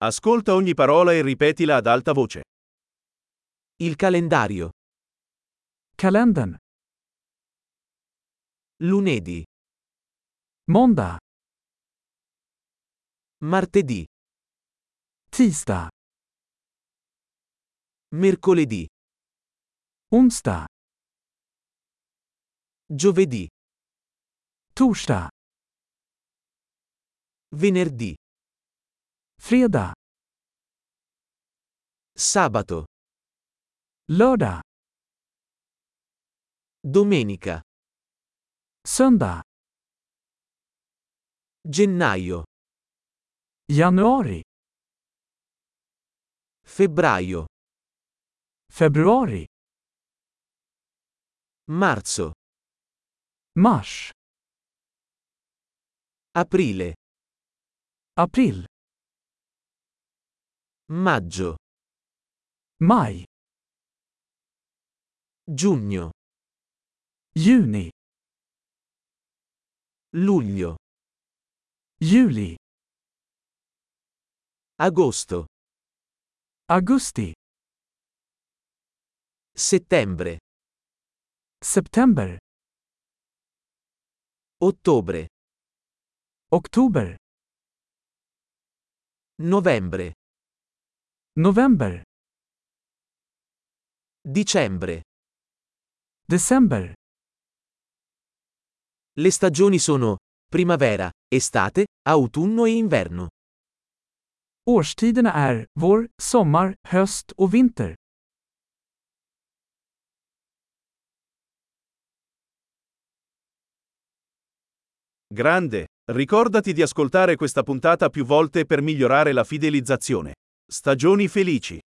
Ascolta ogni parola e ripetila ad alta voce. Il calendario. Kalendern. Lunedì. Måndag. Martedì. Tisdag. Mercoledì. Onsdag. Giovedì. Torsdag. Venerdì. Fredag. Sabato. Lördag. Domenica. Söndag. Gennaio. Januari. Febbraio. Februari. Marzo. Mars. Aprile. April. Maggio. Maj. Giugno. Juni. Luglio. Juli. Agosto. Augusti. Settembre. September. Ottobre. Oktober. Novembre. November. Dicembre. December. Le stagioni sono primavera, estate, autunno e inverno. Årstiderna är vår, sommar, höst och vinter. Grande! Ricordati di ascoltare questa puntata più volte per migliorare la fidelizzazione. Stagioni felici!